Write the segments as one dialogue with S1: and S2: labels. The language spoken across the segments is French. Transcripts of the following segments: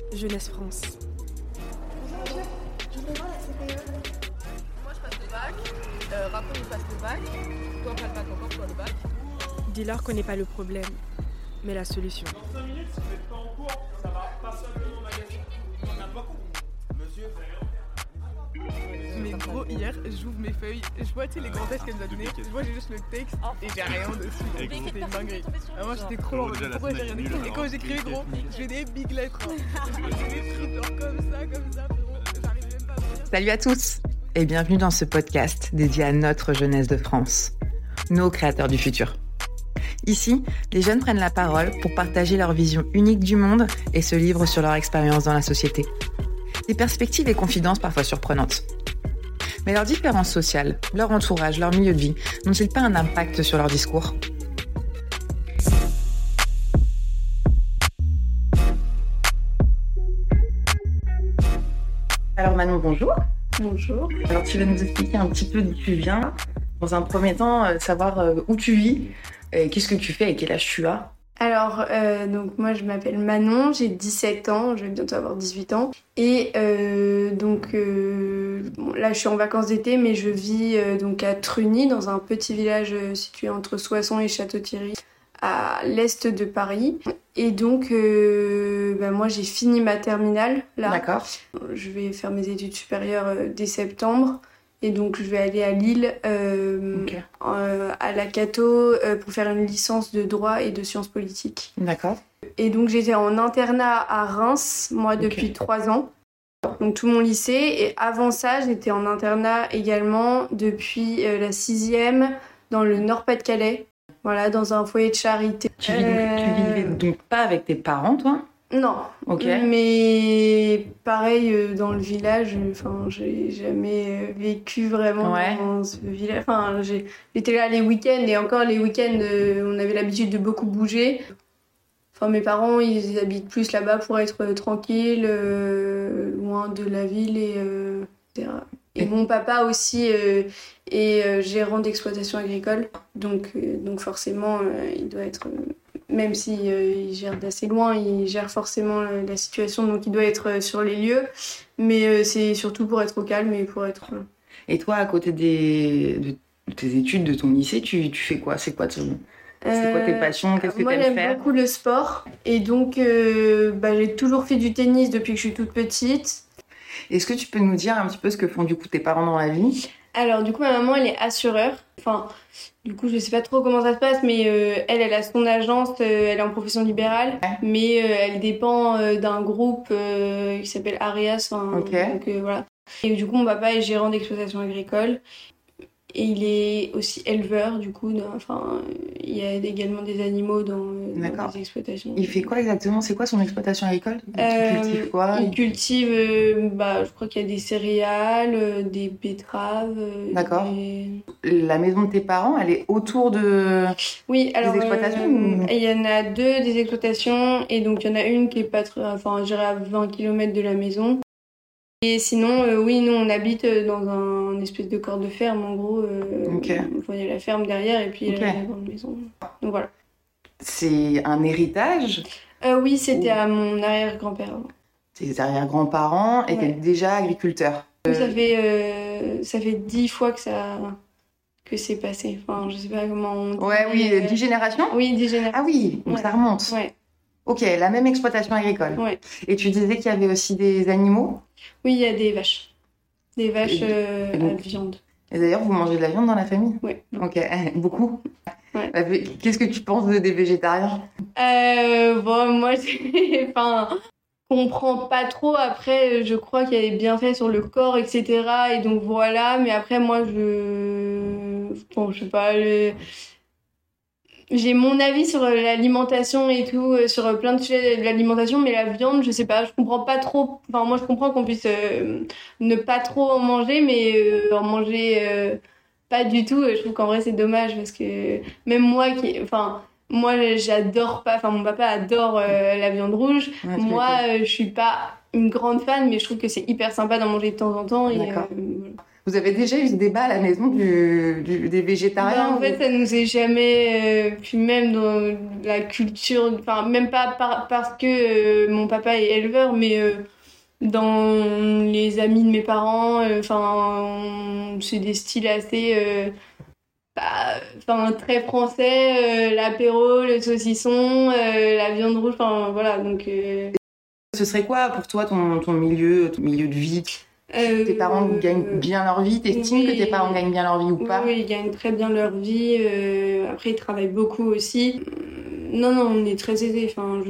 S1: Jeunesse France.
S2: Moi je passe le bac, Rapport il passe le bac, toi pas le bac encore, toi le bac.
S1: Dis-leur qu'on n'est pas le problème, mais la solution.
S3: Dans 5 minutes, si vous n'êtes pas en cours, ça va pas simplement au magasin. On a beaucoup. Monsieur, vous avez...
S2: Mais gros, hier, j'ouvre mes feuilles, je vois les grands textes qu'elle nous a donnés, je vois j'ai juste le texte et j'ai rien dessus. C'était une dinguerie. Moi j'étais trop en mode pourquoi j'ai rien écrit. Et quand j'écrivais gros, je fais des big lettres. Je fais des trucs genre comme ça, frérot. J'arrive même pas à me dire.
S4: Salut à tous et bienvenue dans ce podcast dédié à notre jeunesse de France, nos créateurs du futur. Ici, les jeunes prennent la parole pour partager leur vision unique du monde et se livrent sur leur expérience dans la société. Des perspectives et confidences parfois surprenantes. Mais leurs différences sociales, leur entourage, leur milieu de vie, n'ont-ils pas un impact sur leur discours ? Alors Manon, bonjour.
S5: Bonjour.
S4: Alors tu vas nous expliquer un petit peu d'où tu viens. Dans un premier temps, savoir où tu vis, qu'est-ce que tu fais et quel âge tu as.
S5: Alors, donc moi je m'appelle Manon, j'ai 17 ans, je vais bientôt avoir 18 ans. Et bon, là je suis en vacances d'été, mais je vis donc à Trugny, dans un petit village situé entre Soissons et Château-Thierry, à l'est de Paris. Et donc, moi j'ai fini ma terminale là.
S4: D'accord.
S5: Je vais faire mes études supérieures dès septembre. Et donc je vais aller à Lille, à la Cato, pour faire une licence de droit et de sciences politiques.
S4: D'accord.
S5: Et donc j'étais en internat à Reims, moi, depuis 3 ans. Donc tout mon lycée. Et avant ça, j'étais en internat également depuis la 6e dans le Nord-Pas-de-Calais. Voilà, dans un foyer de charité.
S4: Tu vivais donc pas avec tes parents, toi ?
S5: Non,
S4: Ok.
S5: Mais pareil, dans le village, j'ai jamais vécu vraiment dans ce village. J'étais là les week-ends, et encore les week-ends, on avait l'habitude de beaucoup bouger. Mes parents, ils habitent plus là-bas pour être tranquilles, loin de la ville, etc. Et mon papa aussi est gérant d'exploitation agricole, donc forcément, il doit être... Même il gère d'assez loin, il gère forcément la situation, donc il doit être sur les lieux. Mais c'est surtout pour être au calme et pour être...
S4: Et toi, à côté de tes études, de ton lycée, tu fais quoi ? C'est quoi tes passions ? Qu'est-ce que tu aimes faire ?
S5: Moi, j'aime beaucoup le sport. Et donc, j'ai toujours fait du tennis depuis que je suis toute petite.
S4: Est-ce que tu peux nous dire un petit peu ce que font du coup tes parents dans la vie ?
S5: Alors, du coup, ma maman, elle est assureur. Du coup, je sais pas trop comment ça se passe, mais elle a son agence, elle est en profession libérale, mais elle dépend d'un groupe qui s'appelle Arias. Donc, voilà. Et du coup, mon papa est gérant d'exploitation agricole. Et il est aussi éleveur, du coup. Il y a également des animaux dans les exploitations.
S4: Il fait quoi exactement ? C'est quoi son exploitation agricole ? Il cultive quoi ?
S5: Il cultive, je crois qu'il y a des céréales, des betteraves.
S4: D'accord. La maison de tes parents, elle est autour de...
S5: Oui, alors,
S4: des exploitations
S5: il y en a 2 des exploitations. Et donc, il y en a une qui est pas très... je dirais à 20 km de la maison. Et sinon, oui, nous, on habite dans un espèce de corps de ferme, en gros. Il y a la ferme derrière et puis la grande maison. Donc voilà.
S4: C'est un héritage ?
S5: Oui, c'était à mon arrière-grand-père.
S4: Tes arrière-grands-parents étaient déjà agriculteurs.
S5: Ça fait 10 fois que c'est passé. Je sais pas comment on dit.
S4: 10 générations ?
S5: Oui, 10 générations.
S4: Ah oui, donc ça remonte.
S5: Ouais.
S4: Ok, la même exploitation agricole.
S5: Ouais.
S4: Et tu disais qu'il y avait aussi des animaux ?
S5: Oui, il y a des vaches. Des vaches à viande.
S4: Et d'ailleurs, vous mangez de la viande dans la famille ?
S5: Oui.
S4: Ok, beaucoup ?
S5: Ouais.
S4: Qu'est-ce que tu penses des végétariens ?
S5: Moi, je comprends pas trop. Après, je crois qu'il y a des bienfaits sur le corps, etc. Et donc voilà. Mais après, moi, je sais pas... J'ai mon avis sur l'alimentation et tout, sur plein de sujets de l'alimentation, mais la viande, je sais pas, je comprends pas trop. Moi, je comprends qu'on puisse ne pas trop en manger, mais en manger pas du tout. Je trouve qu'en vrai, c'est dommage parce que même moi j'adore pas. Mon papa adore la viande rouge.
S4: Ouais,
S5: moi, je suis pas une grande fan, mais je trouve que c'est hyper sympa d'en manger de temps en temps.
S4: D'accord. Vous avez déjà eu ce débat à la maison des végétariens?
S5: En fait, ça nous est jamais... puis même dans la culture... Enfin, même pas parce que mon papa est éleveur, mais dans les amis de mes parents, c'est des styles assez... très français, l'apéro, le saucisson, la viande rouge, voilà, donc...
S4: Ce serait quoi pour toi ton milieu de vie? Tes parents gagnent bien leur vie? T'estimes que tes parents gagnent bien leur vie ou pas?
S5: Oui, ils gagnent très bien leur vie. Après, ils travaillent beaucoup aussi. Non, on est très aisés. Enfin,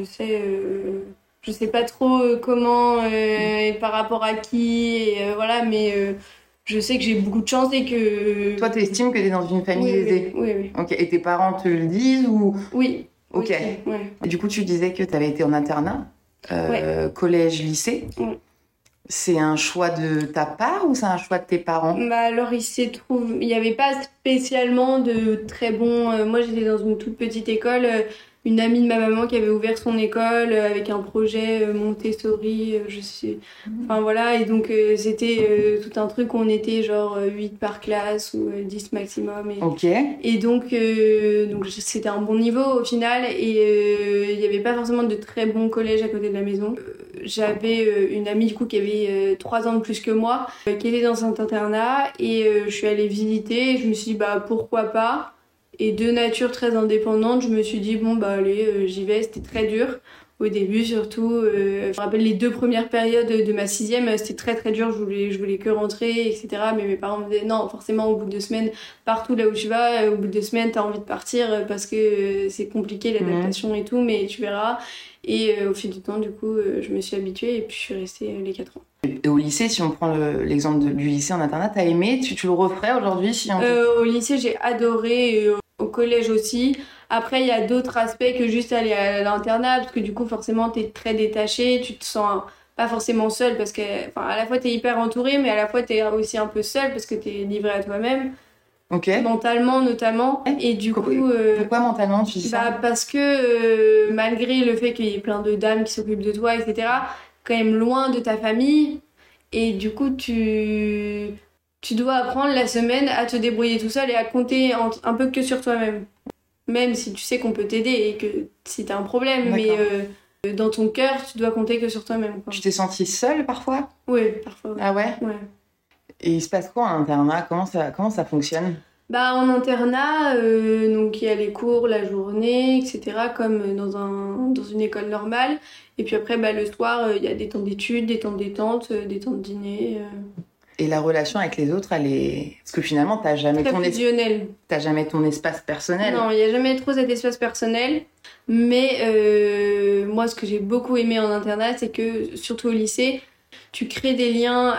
S5: je sais pas trop comment et par rapport à qui. Et, voilà, mais je sais que j'ai beaucoup de chance et que...
S4: Toi, t'estimes que t'es dans une famille aisée?
S5: Oui.
S4: Ok. Et tes parents te le disent ou...
S5: Oui.
S4: Ok.
S5: Aussi, ouais.
S4: Et du coup, tu disais que t'avais été en internat, collège, lycée.
S5: Ouais.
S4: C'est un choix de ta part ou c'est un choix de tes parents?
S5: Alors, il n'y avait pas spécialement de très bons... moi, j'étais dans une toute petite école. Une amie de ma maman qui avait ouvert son école avec un projet Montessori, je sais... Enfin, voilà. Et donc, c'était tout un truc où on était genre 8 par classe ou 10 maximum.
S4: Ok.
S5: Et donc c'était un bon niveau au final. Et il n'y avait pas forcément de très bons collèges à côté de la maison. J'avais une amie du coup qui avait 3 ans de plus que moi, qui était dans un internat. Et je suis allée visiter et je me suis dit pourquoi pas. Et de nature très indépendante, je me suis dit allez, j'y vais. C'était très dur au début surtout. Je me rappelle les 2 premières périodes de ma 6e, c'était très très dur. Je voulais que rentrer, etc. Mais mes parents me disaient non, forcément au bout de 2 semaines, partout là où tu vas, au bout de 2 semaines, t'as envie de partir parce que c'est compliqué l'adaptation et tout, mais tu verras. Et au fil du temps, du coup, je me suis habituée et puis je suis restée les 4 ans.
S4: Et au lycée, si on prend l'exemple du lycée en internat, t'as aimé? Tu le referais aujourd'hui si
S5: Au lycée, j'ai adoré. Au collège aussi. Après, il y a d'autres aspects que juste aller à l'internat, parce que du coup, forcément, t'es très détaché, tu te sens pas forcément seule, parce que, à la fois, t'es hyper entourée, mais à la fois, t'es aussi un peu seule, parce que t'es livrée à toi-même.
S4: Ok.
S5: Mentalement, notamment. Et du coup...
S4: Pourquoi mentalement, tu dis ça?
S5: Parce que, malgré le fait qu'il y ait plein de dames qui s'occupent de toi, etc., quand même loin de ta famille, et du coup, tu dois apprendre la semaine à te débrouiller tout seul et à compter un peu que sur toi-même. Même si tu sais qu'on peut t'aider et que si t'as un problème, mais dans ton cœur, tu dois compter que sur toi-même.
S4: Tu t'es sentie seule parfois?
S5: Oui, parfois.
S4: Ah ouais?
S5: Ouais.
S4: Et il se passe quoi en internat? Comment ça fonctionne?
S5: En internat, donc il y a les cours, la journée, etc., comme dans une école normale. Et puis après, le soir, il y a des temps d'études, des temps de détente, des temps de dîner.
S4: Et la relation avec les autres, elle est... Parce que finalement, t'as jamais ton espace personnel.
S5: Non, il n'y a jamais trop cet espace personnel. Mais moi, ce que j'ai beaucoup aimé en internat, c'est que, surtout au lycée, tu crées des liens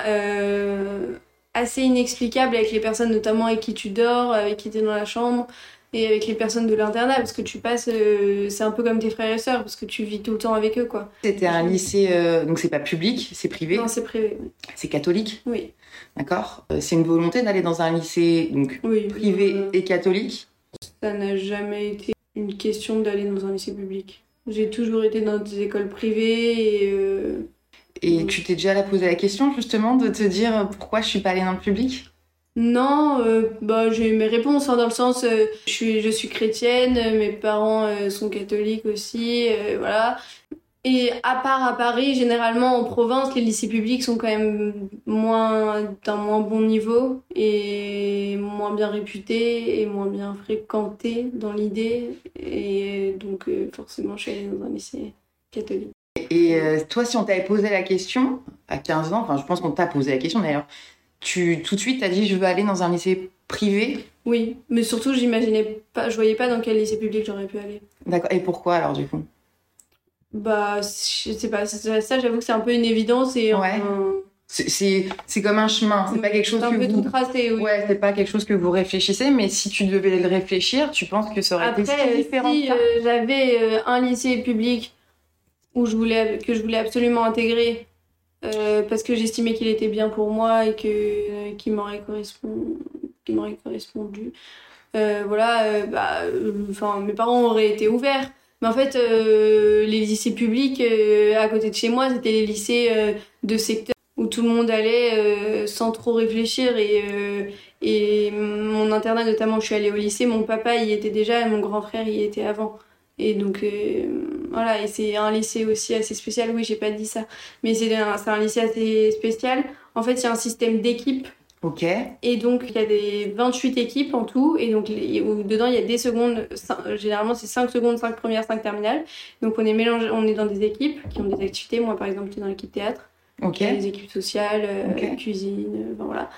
S5: assez inexplicables avec les personnes, notamment avec qui tu dors, avec qui tu es dans la chambre, et avec les personnes de l'internat, parce que tu passes... c'est un peu comme tes frères et sœurs, parce que tu vis tout le temps avec eux, quoi.
S4: C'était un lycée... donc c'est pas public, c'est privé?
S5: Non, c'est privé.
S4: C'est catholique?
S5: Oui.
S4: D'accord. C'est une volonté d'aller dans un lycée privé et catholique?
S5: Ça n'a jamais été une question d'aller dans un lycée public. J'ai toujours été dans des écoles privées
S4: et tu t'es déjà posé la question justement de te dire pourquoi je suis pas allée dans le public?
S5: Non, j'ai eu mes réponses dans le sens je suis chrétienne, mes parents sont catholiques aussi, voilà. Et à part à Paris, généralement en province, les lycées publics sont quand même d'un moins bon niveau et moins bien réputés et moins bien fréquentés dans l'idée. Et donc forcément, je suis allée dans un lycée catholique.
S4: Et toi, si on t'avait posé la question à 15 ans, je pense qu'on t'a posé la question d'ailleurs, tout de suite t'as dit je veux aller dans un lycée privé?
S5: Oui, mais surtout je voyais pas dans quel lycée public j'aurais pu aller.
S4: D'accord, et pourquoi alors du coup?
S5: Je sais pas, ça j'avoue que c'est un peu une évidence et
S4: ouais. C'est comme un chemin, c'est pas quelque chose
S5: que vous... tout tracé, oui.
S4: Ouais, c'est pas quelque chose que vous réfléchissez, mais si tu devais le réfléchir, tu penses que ça aurait été différent?
S5: Si j'avais un lycée public que je voulais absolument intégrer parce que j'estimais qu'il était bien pour moi et qu'il m'aurait correspondu. Mes parents auraient été ouverts. Mais en fait, les lycées publics à côté de chez moi, c'était les lycées de secteur où tout le monde allait sans trop réfléchir. Et mon internat, notamment, je suis allée au lycée, mon papa y était déjà et mon grand frère y était avant. Et donc, voilà, et c'est un lycée aussi assez spécial. Oui, j'ai pas dit ça, mais c'est un lycée assez spécial. En fait, il y a un système d'équipes.
S4: Ok.
S5: Et donc, il y a des 28 équipes en tout. Et donc, dedans, il y a des secondes. Généralement, c'est 5 secondes, 5 premières, 5 terminales. Donc, on est dans des équipes qui ont des activités. Moi, par exemple, j'étais dans l'équipe théâtre.
S4: Ok.
S5: Il y a des équipes sociales, cuisine, voilà.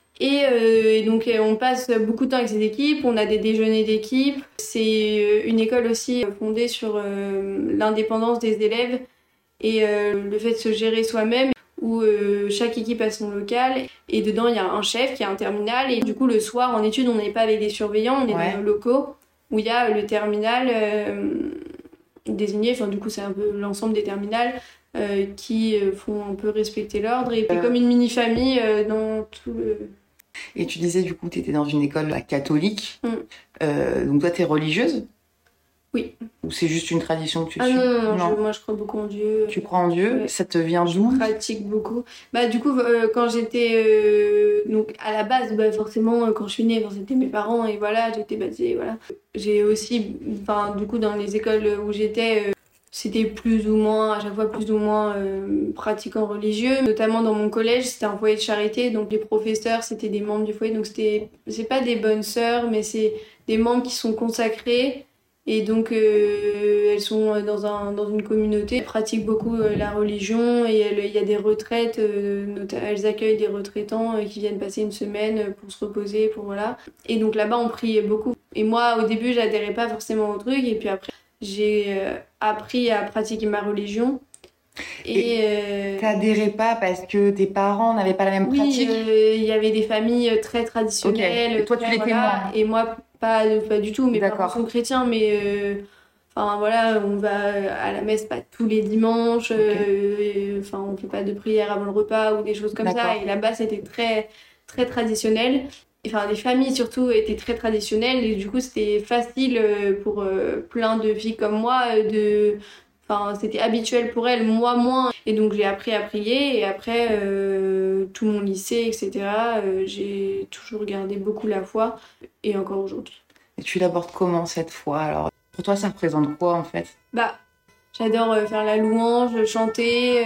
S5: Et donc, on passe beaucoup de temps avec ces équipes. On a des déjeuners d'équipe. C'est une école aussi fondée sur l'indépendance des élèves et le fait de se gérer soi-même, où chaque équipe a son local. Et dedans, il y a un chef qui a un terminal. Et du coup, le soir, en études, on n'est pas avec des surveillants, on est dans nos locaux où il y a le terminal désigné. Enfin, du coup, c'est un peu l'ensemble des terminales qui font un peu respecter l'ordre. Et puis, comme une mini-famille dans tout le...
S4: Et tu disais, du coup, tu étais dans une école catholique. Donc, toi, tu es religieuse ?
S5: Oui.
S4: Ou c'est juste une tradition que tu
S5: suis ?
S4: Non.
S5: Moi, je crois beaucoup en Dieu.
S4: Tu crois en Dieu ? Ça te vient d'où ?
S5: Je pratique beaucoup. Bah, du coup, quand j'étais... donc, à la base, forcément, quand je suis née, c'était mes parents. Et voilà, j'ai été baptisée, voilà. J'ai aussi... Enfin, du coup, dans les écoles où j'étais... c'était plus ou moins, à chaque fois plus ou moins pratiquant religieux. Notamment dans mon collège, c'était un foyer de charité, donc les professeurs, c'était des membres du foyer. Donc c'est pas des bonnes sœurs, mais c'est des membres qui sont consacrés. Et donc elles sont dans une communauté, elles pratiquent beaucoup la religion et il y a des retraites, elles accueillent des retraitants qui viennent passer une semaine pour se reposer, pour voilà. Et donc là-bas, on prie beaucoup. Et moi, au début, j'adhérais pas forcément au truc, et puis après, j'ai appris à pratiquer ma religion. Et
S4: t'adhérais pas parce que tes parents n'avaient pas la même pratique ?
S5: Oui, il y avait des familles très traditionnelles.
S4: Okay. Et toi, tu l'étais moins ?
S5: Et moi, pas du tout. Mes parents sont chrétiens, mais enfin voilà, on va à la messe pas tous les dimanches. Enfin, on fait pas de prière avant le repas ou des choses comme ça. Et là-bas, c'était très très traditionnel. Enfin, les familles surtout étaient très traditionnelles et du coup c'était facile pour plein de filles comme moi enfin c'était habituel pour elles, moi moins, et donc j'ai appris à prier. Et après tout mon lycée, etc., j'ai toujours gardé beaucoup la foi, et encore aujourd'hui.
S4: Et tu l'abordes comment cette foi alors ? Pour toi, ça représente quoi en fait ?
S5: Bah, j'adore faire la louange, chanter,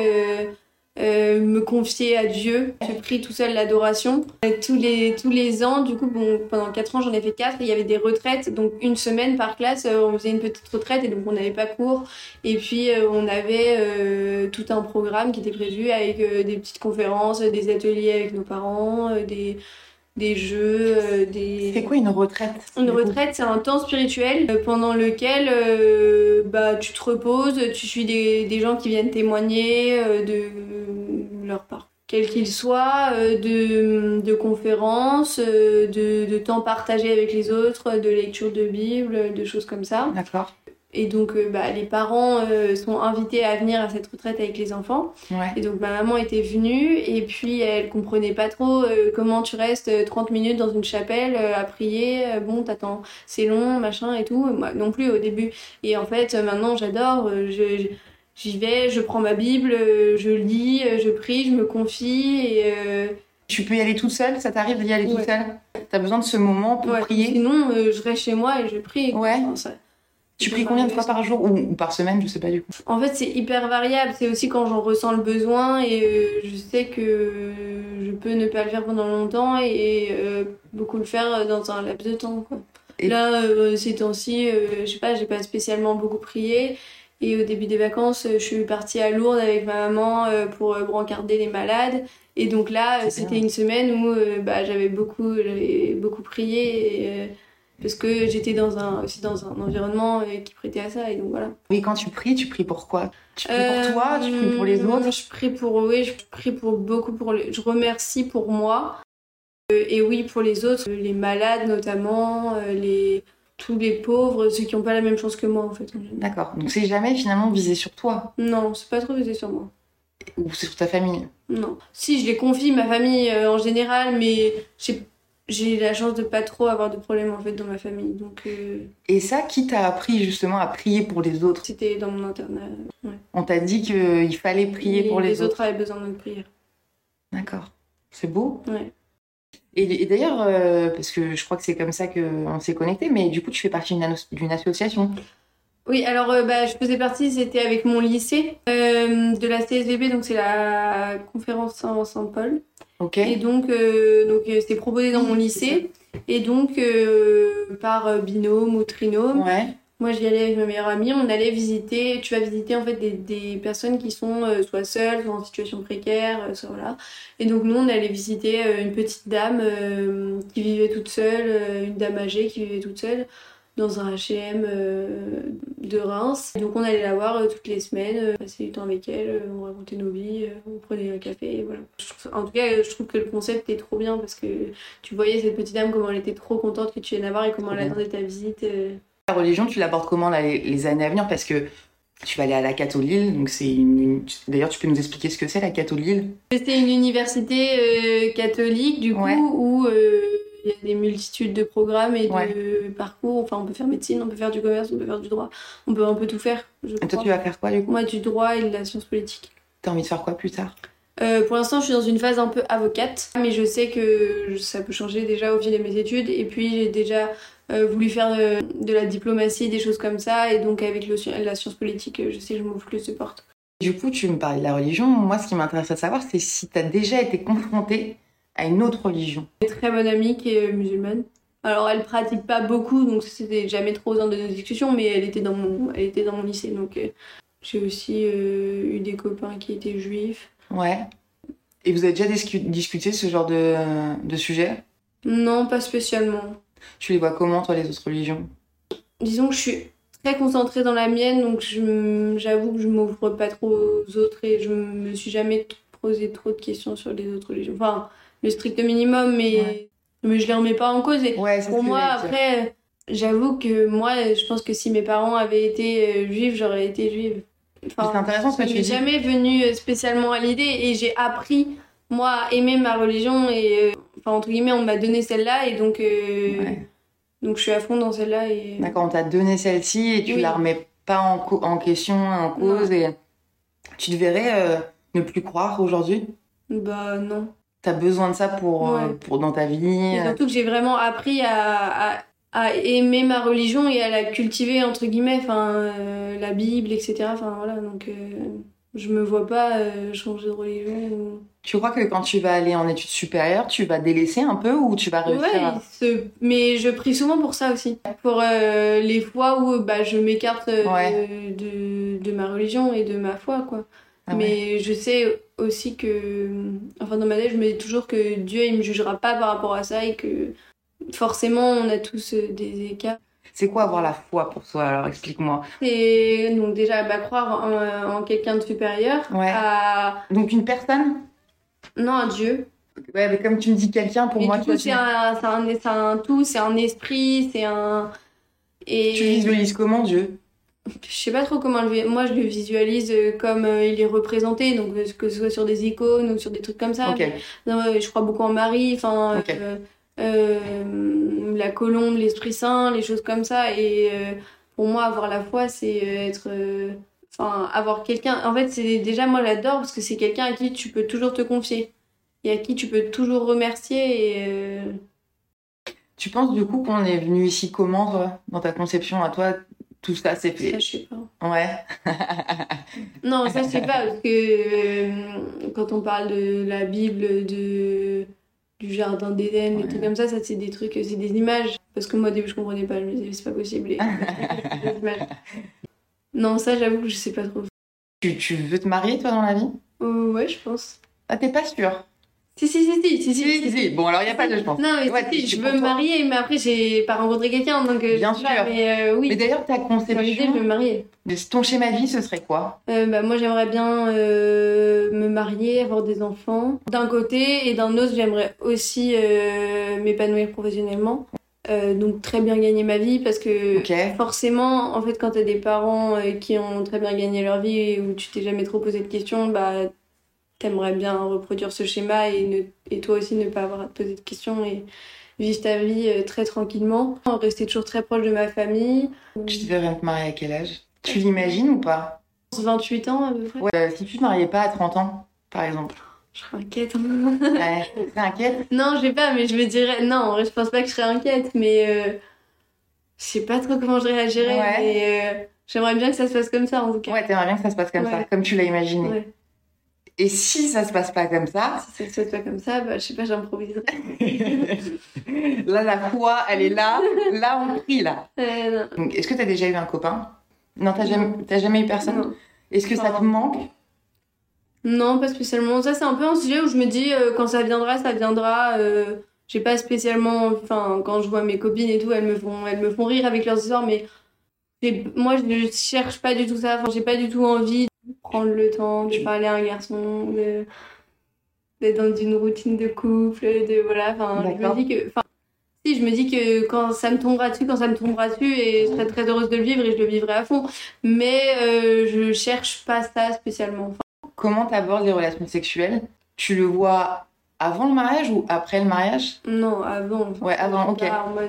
S5: me confier à Dieu. Je prie tout seul l'adoration. Tous les ans, du coup, pendant 4 ans, j'en ai fait 4. Il y avait des retraites, donc une semaine par classe, on faisait une petite retraite et donc on n'avait pas cours. Et puis on avait tout un programme qui était prévu avec des petites conférences, des ateliers avec nos parents, des jeux,
S4: C'est quoi une retraite ?
S5: Une retraite, c'est un temps spirituel pendant lequel tu te reposes, tu suis des gens qui viennent témoigner de leur part, quel qu'il soit, de conférences, de temps partagé avec les autres, de lecture de Bible, de choses comme ça.
S4: D'accord.
S5: Et donc, les parents sont invités à venir à cette retraite avec les enfants.
S4: Ouais.
S5: Et donc, ma maman était venue et puis elle comprenait pas trop comment tu restes 30 minutes dans une chapelle à prier. T'attends, c'est long, machin et tout. Moi non plus au début. Et en fait, maintenant, j'adore. J'y vais, je prends ma Bible, je lis, je prie, je me confie et...
S4: Tu peux y aller toute seule ? Ça t'arrive d'y aller toute seule ? T'as besoin de ce moment pour prier ?
S5: Sinon, je reste chez moi et je prie.
S4: Ouais. Tu pries combien de fois par jour ou par semaine, je sais pas du coup.
S5: En fait, c'est hyper variable. C'est aussi quand j'en ressens le besoin et je sais que je peux ne pas le faire pendant longtemps et beaucoup le faire dans un laps de temps, quoi. Et là, ces temps-ci, je sais pas, j'ai pas spécialement beaucoup prié. Et au début des vacances, je suis partie à Lourdes avec ma maman pour brancarder les malades. Et donc là, c'était une semaine où j'avais beaucoup prié. Parce que j'étais aussi dans un environnement qui prêtait à ça, et donc voilà.
S4: Oui, quand tu pries pour quoi ? Tu pries pour toi, tu pries pour les autres ?
S5: Je prie pour beaucoup, je remercie pour moi, et oui, pour les autres, les malades notamment, tous les pauvres, ceux qui n'ont pas la même chance que moi en fait.
S4: D'accord, donc c'est jamais finalement visé sur toi ?
S5: Non, c'est pas trop visé sur moi.
S4: Ou c'est sur ta famille ?
S5: Non. Si, je les confie, ma famille en général, mais j'ai la chance de pas trop avoir de problèmes en fait dans ma famille, donc.
S4: Et ça, qui t'a appris justement à prier pour les autres ?
S5: C'était dans mon internat. Ouais.
S4: On t'a dit qu'il fallait prier pour les autres.
S5: Les autres avaient besoin de notre prière.
S4: D'accord. C'est beau.
S5: Ouais.
S4: Et d'ailleurs, parce que je crois que c'est comme ça qu'on s'est connectés, mais du coup, tu fais partie d'une association.
S5: Oui, alors je faisais partie, c'était avec mon lycée de la CSVB, donc c'est la conférence Saint-Paul.
S4: Ok.
S5: Et donc c'était proposé dans mon lycée. Et donc par binôme ou trinôme, moi j'y allais avec ma meilleure amie, on allait visiter, tu vas visiter en fait des personnes qui sont soit seules, soit en situation précaire, soit voilà. Et donc nous on allait visiter une petite dame qui vivait toute seule, une dame âgée qui vivait toute seule dans un H&M de Reims. Et donc on allait la voir toutes les semaines, passer du temps avec elle, on racontait nos vies, on prenait un café, et voilà. En tout cas, je trouve que le concept est trop bien parce que tu voyais cette petite dame, comment elle était trop contente que tu viennes la voir et comment elle attendait ta visite.
S4: La religion, tu l'abordes comment là, les années à venir? Parce que tu vas aller à la Catho de Lille, donc c'est d'ailleurs tu peux nous expliquer ce que c'est la Catho de Lille?
S5: C'est une université catholique du coup où il y a des multitudes de programmes et de parcours. Enfin, on peut faire médecine, on peut faire du commerce, on peut faire du droit, on peut un peu tout faire.
S4: Et toi, tu vas faire quoi du coup?
S5: Moi, du droit et de la science politique.
S4: T'as envie de faire quoi plus tard?
S5: Pour l'instant, je suis dans une phase un peu avocate, mais je sais que ça peut changer déjà au fil de mes études. Et puis, j'ai déjà voulu faire de la diplomatie, des choses comme ça. Et donc, avec la science politique, je sais que je m'ouvre plus de portes.
S4: Du coup, tu me parlais de la religion. Moi, ce qui m'intéresse de savoir, c'est si tu as déjà été confrontée à une autre religion.
S5: J'ai une très bonne amie qui est musulmane. Alors, elle pratique pas beaucoup, donc c'était jamais trop au centre de nos discussions, mais elle était dans mon lycée. Donc, j'ai aussi eu des copains qui étaient juifs.
S4: Ouais. Et vous avez déjà discuté ce genre de sujet?
S5: Non, pas spécialement.
S4: Tu les vois comment, toi, les autres religions?
S5: Disons que je suis très concentrée dans la mienne, donc j'avoue que je m'ouvre pas trop aux autres et je me suis jamais posé trop de questions sur les autres religions. Enfin, le strict minimum, mais je les remets pas en cause. Et pour moi, après, j'avoue que moi, je pense que si mes parents avaient été juifs, j'aurais été juive. Enfin,
S4: c'est intéressant ce que tu dis.
S5: Je m'est jamais venu spécialement à l'idée et j'ai appris, moi, à aimer ma religion et, entre guillemets, on m'a donné celle-là et donc... Donc je suis à fond dans celle-là et...
S4: D'accord, on t'a donné celle-ci et tu la remets pas en question, en cause. Et tu te verrais ne plus croire aujourd'hui?
S5: Bah non.
S4: T'as besoin de ça pour dans ta vie?
S5: Et surtout que j'ai vraiment appris à aimer ma religion et à la cultiver entre guillemets, la Bible, etc. Enfin voilà, donc je me vois pas changer de religion.
S4: Tu crois que quand tu vas aller en études supérieures, tu vas délaisser un peu ou tu vas réussir
S5: mais je prie souvent pour ça aussi. Pour les fois où je m'écarte de ma religion et de ma foi, quoi. Mais je sais aussi que... Enfin, dans ma tête, je me dis toujours que Dieu, il me jugera pas par rapport à ça et que forcément, on a tous des écarts.
S4: C'est quoi avoir la foi pour toi? Alors, explique-moi.
S5: C'est donc déjà croire en quelqu'un de supérieur.
S4: Donc une personne?
S5: Non, un Dieu.
S4: Ouais, mais comme tu me dis quelqu'un, pour moi...
S5: Du coup, c'est un tout, c'est un esprit, c'est un... Et...
S4: Tu visualises comment Dieu?
S5: Je sais pas trop comment moi je le visualise comme il est représenté, donc que ce soit sur des icônes ou sur des trucs comme ça. Non, je crois beaucoup en Marie, la colombe, l'Esprit Saint, les choses comme ça. Et pour moi, avoir la foi, c'est avoir quelqu'un. En fait, c'est déjà, moi j'adore parce que c'est quelqu'un à qui tu peux toujours te confier et à qui tu peux toujours remercier. Et
S4: tu penses du coup qu'on est venu ici comment, toi, dans ta conception à toi? Tout ça, c'est fait.
S5: Ça, je sais pas.
S4: Ouais.
S5: Non, ça, je sais pas, parce que quand on parle de la Bible, du jardin d'Éden, des trucs comme ça, c'est des trucs, c'est des images. Parce que moi, au début, je comprenais pas, je me disais, c'est pas possible. Et... des images. Non, ça, j'avoue que je sais pas trop.
S4: Tu veux te marier, toi, dans la vie?
S5: Ouais, je pense.
S4: Ah, t'es pas sûre?
S5: Si.
S4: Bon, alors il n'y a pas de je pense.
S5: Non, mais je veux me marier, mais après, j'ai pas rencontré quelqu'un, donc...
S4: Bien sûr.
S5: Oui.
S4: Mais d'ailleurs, ta conception...
S5: je veux me marier.
S4: Ton schéma de vie, ce serait quoi?
S5: Moi, j'aimerais bien me marier, avoir des enfants. D'un côté, et d'un autre, j'aimerais aussi m'épanouir professionnellement. Donc, très bien gagner ma vie, parce que forcément, en fait, quand t'as des parents qui ont très bien gagné leur vie, et où tu t'es jamais trop posé de questions, t'aimerais bien reproduire ce schéma et toi aussi ne pas avoir à te poser de questions et vivre ta vie très tranquillement. Rester toujours très proche de ma famille.
S4: Tu te verrais te marier à quel âge? Tu l'imagines ou pas?
S5: 28 ans à peu près.
S4: Ouais, si tu te mariais pas à 30 ans, par exemple.
S5: Je serais inquiète.
S4: Ouais, tu serais inquiète?
S5: Non, je vais pas, mais je me dirais... Non, en vrai, je pense pas que je serais inquiète, mais... je sais pas trop comment je réagirais, mais j'aimerais bien que ça se passe comme ça, en tout cas.
S4: Ouais, t'aimerais bien que ça se passe comme ça, comme tu l'as imaginé.
S5: Ouais.
S4: Et si ça se passe pas comme ça...
S5: Si ça se passe pas comme ça, bah, je sais pas, j'improviserais.
S4: Là, la foi, elle est là. Là, on prie, là.
S5: Non.
S4: Donc, est-ce que t'as déjà eu un copain? Non, t'as jamais eu personne?
S5: Non.
S4: Est-ce que ça te manque?
S5: Non, pas spécialement. Ça, c'est un peu un sujet où je me dis, quand ça viendra, ça viendra. J'ai pas spécialement... Enfin, quand je vois mes copines et tout, elles me font rire avec leurs histoires, mais moi, je cherche pas du tout ça. Enfin, j'ai pas du tout envie de prendre le temps de parler à un garçon, d'être dans une routine de couple, voilà. Enfin, je me dis que... Enfin, si, je me dis que quand ça me tombera dessus, et je serai très heureuse de le vivre et je le vivrai à fond. Mais je cherche pas ça spécialement. Enfin,
S4: comment t'abordes les relations sexuelles? Tu le vois avant le mariage ou après le mariage?
S5: Non, avant. Enfin,
S4: ouais, avant, ok.
S5: Pas, en mode,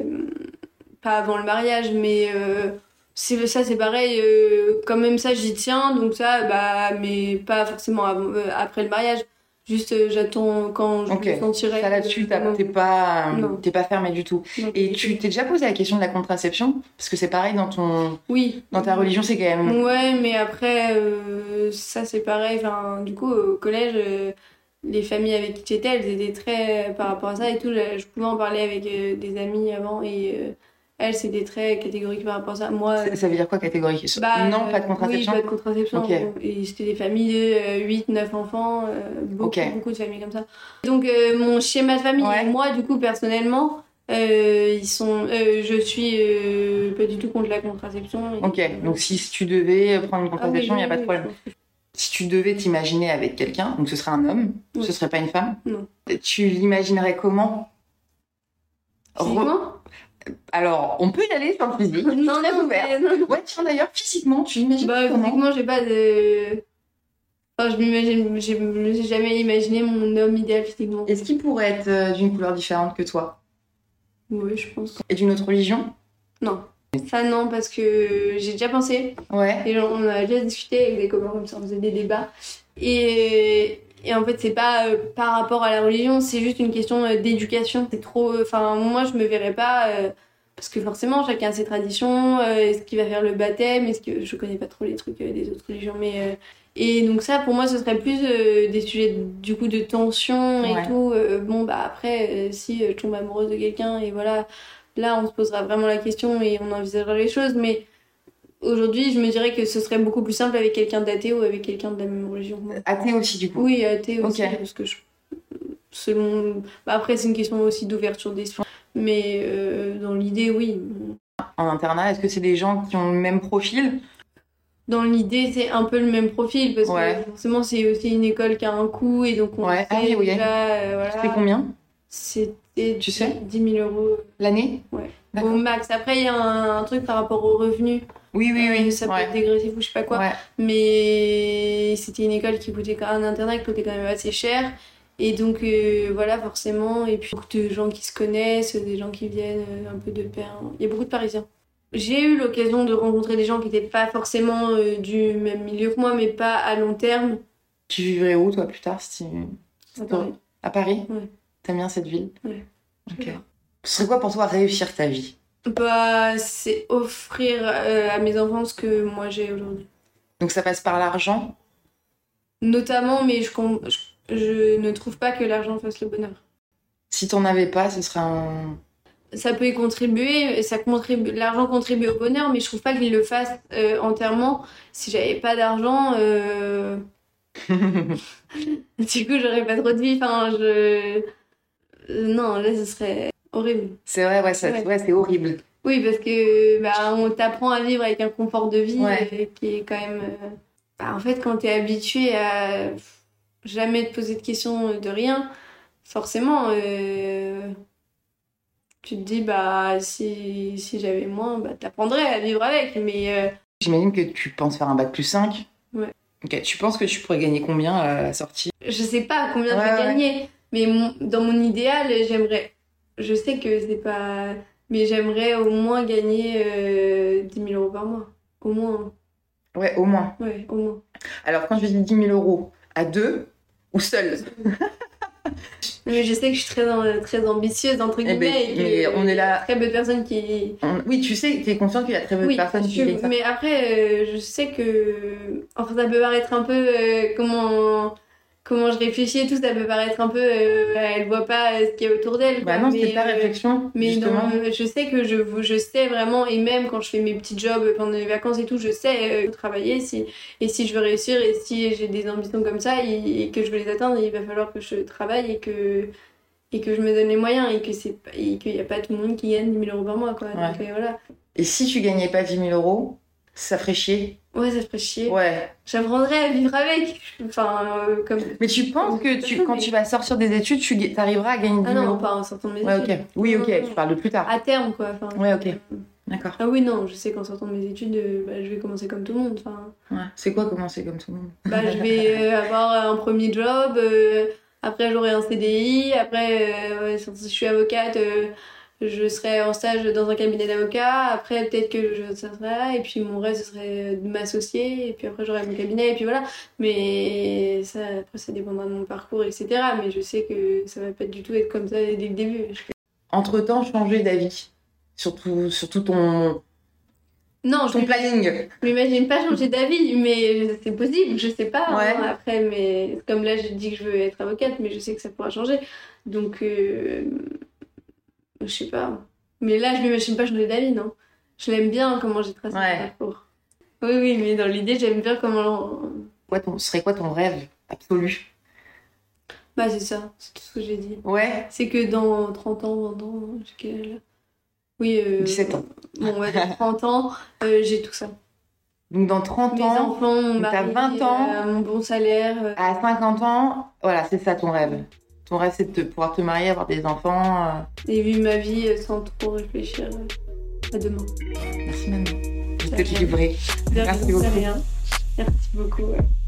S5: pas avant le mariage, mais c'est pareil. Quand même ça, j'y tiens, donc ça, bah, mais pas forcément après le mariage. Juste, j'attends quand je me sentirai.
S4: Ça là-dessus, t'es pas fermée du tout. Non, et tu t'es déjà posé la question de la contraception? Parce que c'est pareil dans dans ta religion, c'est quand même...
S5: Ouais, mais après, ça c'est pareil. Enfin, du coup, au collège, les familles avec qui j'étais, elles étaient très... Par rapport à ça et tout, je pouvais en parler avec des amis avant et... elles, c'était très catégorique par rapport à ça. Moi,
S4: ça veut dire quoi, catégorique? Non, pas de contraception?
S5: Oui, pas de contraception.
S4: Okay.
S5: Et c'était des familles de 8, 9 enfants, beaucoup de familles comme ça. Donc, mon schéma de famille, et moi, du coup, personnellement, je suis pas du tout contre la contraception.
S4: Donc si tu devais prendre une contraception, il n'y a pas de problème. Si tu devais t'imaginer avec quelqu'un, donc ce serait un homme, ce serait pas une femme?
S5: Non.
S4: Tu l'imaginerais comment?
S5: Physiquement?
S4: Alors, on peut y aller sur le physique.
S5: Non,
S4: très ouvert. Ouais, tiens, d'ailleurs, physiquement, tu l'imagines comment?
S5: Physiquement, j'ai pas de... Enfin, je me suis jamais imaginé mon homme idéal physiquement.
S4: Est-ce qu'il pourrait être d'une couleur différente que toi?
S5: Oui, je pense.
S4: Et d'une autre religion?
S5: Non. Ça, non, parce que j'ai déjà pensé.
S4: Ouais.
S5: Et on a déjà discuté avec des copains comme ça, on faisait des débats. Et en fait, c'est pas par rapport à la religion, c'est juste une question d'éducation. C'est trop... Enfin, moi, je me verrais pas... parce que forcément, chacun a ses traditions. Est-ce qu'il va faire le baptême? Est-ce que... Je connais pas trop les trucs des autres religions, mais... Et donc ça, pour moi, ce serait plus des sujets, du coup, de tension et tout. Bon, bah après, si je tombe amoureuse de quelqu'un, et voilà... Là, on se posera vraiment la question et on envisagera les choses. Mais aujourd'hui, je me dirais que ce serait beaucoup plus simple avec quelqu'un d'athée ou avec quelqu'un de la même religion.
S4: Athée aussi, du coup?
S5: Oui, athée aussi. Parce que selon... Bah, après, c'est une question aussi d'ouverture d'esprit. Mais dans l'idée, oui.
S4: En internat, est-ce que c'est des gens qui ont le même profil?
S5: Dans l'idée, c'est un peu le même profil. Parce que forcément, c'est aussi une école qui a un coût. Et donc, on sait déjà... voilà.
S4: C'est combien?
S5: C'était,
S4: tu sais,
S5: 10 000 €
S4: l'année?
S5: Ouais. Au max. Après, il y a un truc par rapport aux revenus.
S4: Oui.
S5: Ça peut être dégressif ou je sais pas quoi. Ouais. Mais c'était une école qui coûtait quand même, un internat qui coûtait quand même assez cher. Et donc, voilà, forcément. Et puis, beaucoup de gens qui se connaissent, des gens qui viennent un peu de pair. Il y a beaucoup de Parisiens. J'ai eu l'occasion de rencontrer des gens qui n'étaient pas forcément du même milieu que moi, mais pas à long terme.
S4: Tu vivrais où, toi, plus tard, si...
S5: À Paris.
S4: À Paris?
S5: Ouais.
S4: T'aimes bien cette ville?
S5: Ouais.
S4: Ok. Ce serait quoi pour toi réussir ta vie?
S5: Bah, c'est offrir à mes enfants ce que moi j'ai aujourd'hui.
S4: Donc ça passe par l'argent? Notamment,
S5: mais je ne trouve pas que l'argent fasse le bonheur.
S4: Si t'en avais pas, ce serait un...
S5: Ça peut y contribuer, l'argent contribue au bonheur, mais je trouve pas qu'il le fasse entièrement. Si j'avais pas d'argent, du coup j'aurais pas trop de vie. Enfin, non, là ce serait horrible.
S4: C'est vrai, ouais, c'est horrible.
S5: Oui, parce que on t'apprend à vivre avec un confort de vie qui est quand même... en fait, quand t'es habitué à jamais te poser de questions de rien, forcément... tu te dis, si j'avais moins, t'apprendrais à vivre avec, mais...
S4: J'imagine que tu penses faire un bac+5.
S5: Ouais.
S4: Ok, tu penses que tu pourrais gagner combien à la sortie?
S5: Je sais pas combien je vais gagner, mais dans mon idéal, j'aimerais... Je sais que c'est pas... Mais j'aimerais au moins gagner 10 000 € par mois. Au moins.
S4: Ouais, au moins.
S5: Ouais, au moins.
S4: Alors, quand je dis 10 000 € à deux, Ou seule.
S5: Mais je sais que je suis très ambitieuse, entre guillemets,
S4: et on est là.
S5: Très peu de personnes qui...
S4: Oui, tu sais, t'es consciente qu'il y a très peu de personnes qui font ça.
S5: Mais après, je sais que... Enfin, ça peut paraître un peu... Comment je réfléchis et tout, ça peut paraître un peu... elle voit pas ce qu'il y a autour d'elle.
S4: Bah non, c'est ta réflexion,
S5: mais
S4: justement.
S5: Non, je sais que je sais vraiment, et même quand je fais mes petits jobs pendant les vacances et tout, je sais travailler, et si je veux réussir, et si j'ai des ambitions comme ça, et que je veux les atteindre, il va falloir que je travaille et que je me donne les moyens, et qu'il n'y a pas tout le monde qui gagne 10 000 € par mois, quoi.
S4: Ouais.
S5: Donc, voilà.
S4: Et si tu gagnais pas 10 000 €, ça ferait chier.
S5: Ouais, ça ferait chier.
S4: Ouais.
S5: J'apprendrais à vivre avec. Enfin, comme...
S4: Mais tu penses que quand tu vas sortir des études, tu arriveras à gagner 10 000 €?
S5: Ah non, pas en sortant de mes études.
S4: Ouais, ok. Oui, ok, tu parles de plus tard.
S5: À terme, quoi. Enfin,
S4: ouais, ok. D'accord.
S5: Ah oui, non, je sais qu'en sortant de mes études, je vais commencer comme tout le monde. Enfin...
S4: Ouais. C'est quoi commencer comme tout le monde?
S5: Je vais avoir un premier job, après j'aurai un CDI, après, si je suis avocate, je serai en stage dans un cabinet d'avocat, après peut-être que je serai là, et puis mon rêve ce serait de m'associer, et puis après j'aurai mon cabinet, et puis voilà. Mais ça, après ça dépendra de mon parcours, etc. Mais je sais que ça va pas du tout être comme ça dès le début.
S4: Entre-temps, changer d'avis. Surtout ton...
S5: Non,
S4: ton planning.
S5: Je m'imagine pas changer d'avis, mais c'est possible, je sais pas.
S4: Ouais.
S5: Hein, après, mais comme là, je dis que je veux être avocate, mais je sais que ça pourra changer. Donc, je sais pas. Mais là, je m'imagine pas changer d'avis, non. Je l'aime bien comment j'ai tracé mon parcours. Oui, mais dans l'idée, j'aime bien comment...
S4: Ce serait quoi ton rêve absolu?
S5: Bah, c'est ça, c'est tout ce que j'ai dit.
S4: Ouais.
S5: C'est que dans 30 ans, 20 ans, j'ai quel âge là? Oui,
S4: 17 ans.
S5: Bon, ouais, dans 30 ans, j'ai tout ça.
S4: Donc dans 30
S5: Mes
S4: ans,
S5: enfants, mon mari,
S4: t'as 20 ans,
S5: mon bon salaire.
S4: À 50 ans, voilà, c'est ça ton rêve. Ton rêve, c'est de pouvoir te marier, avoir des enfants.
S5: Et vivre ma vie sans trop réfléchir à demain.
S4: Merci maman. Je te livrer. Merci beaucoup.
S5: Merci beaucoup. Ouais.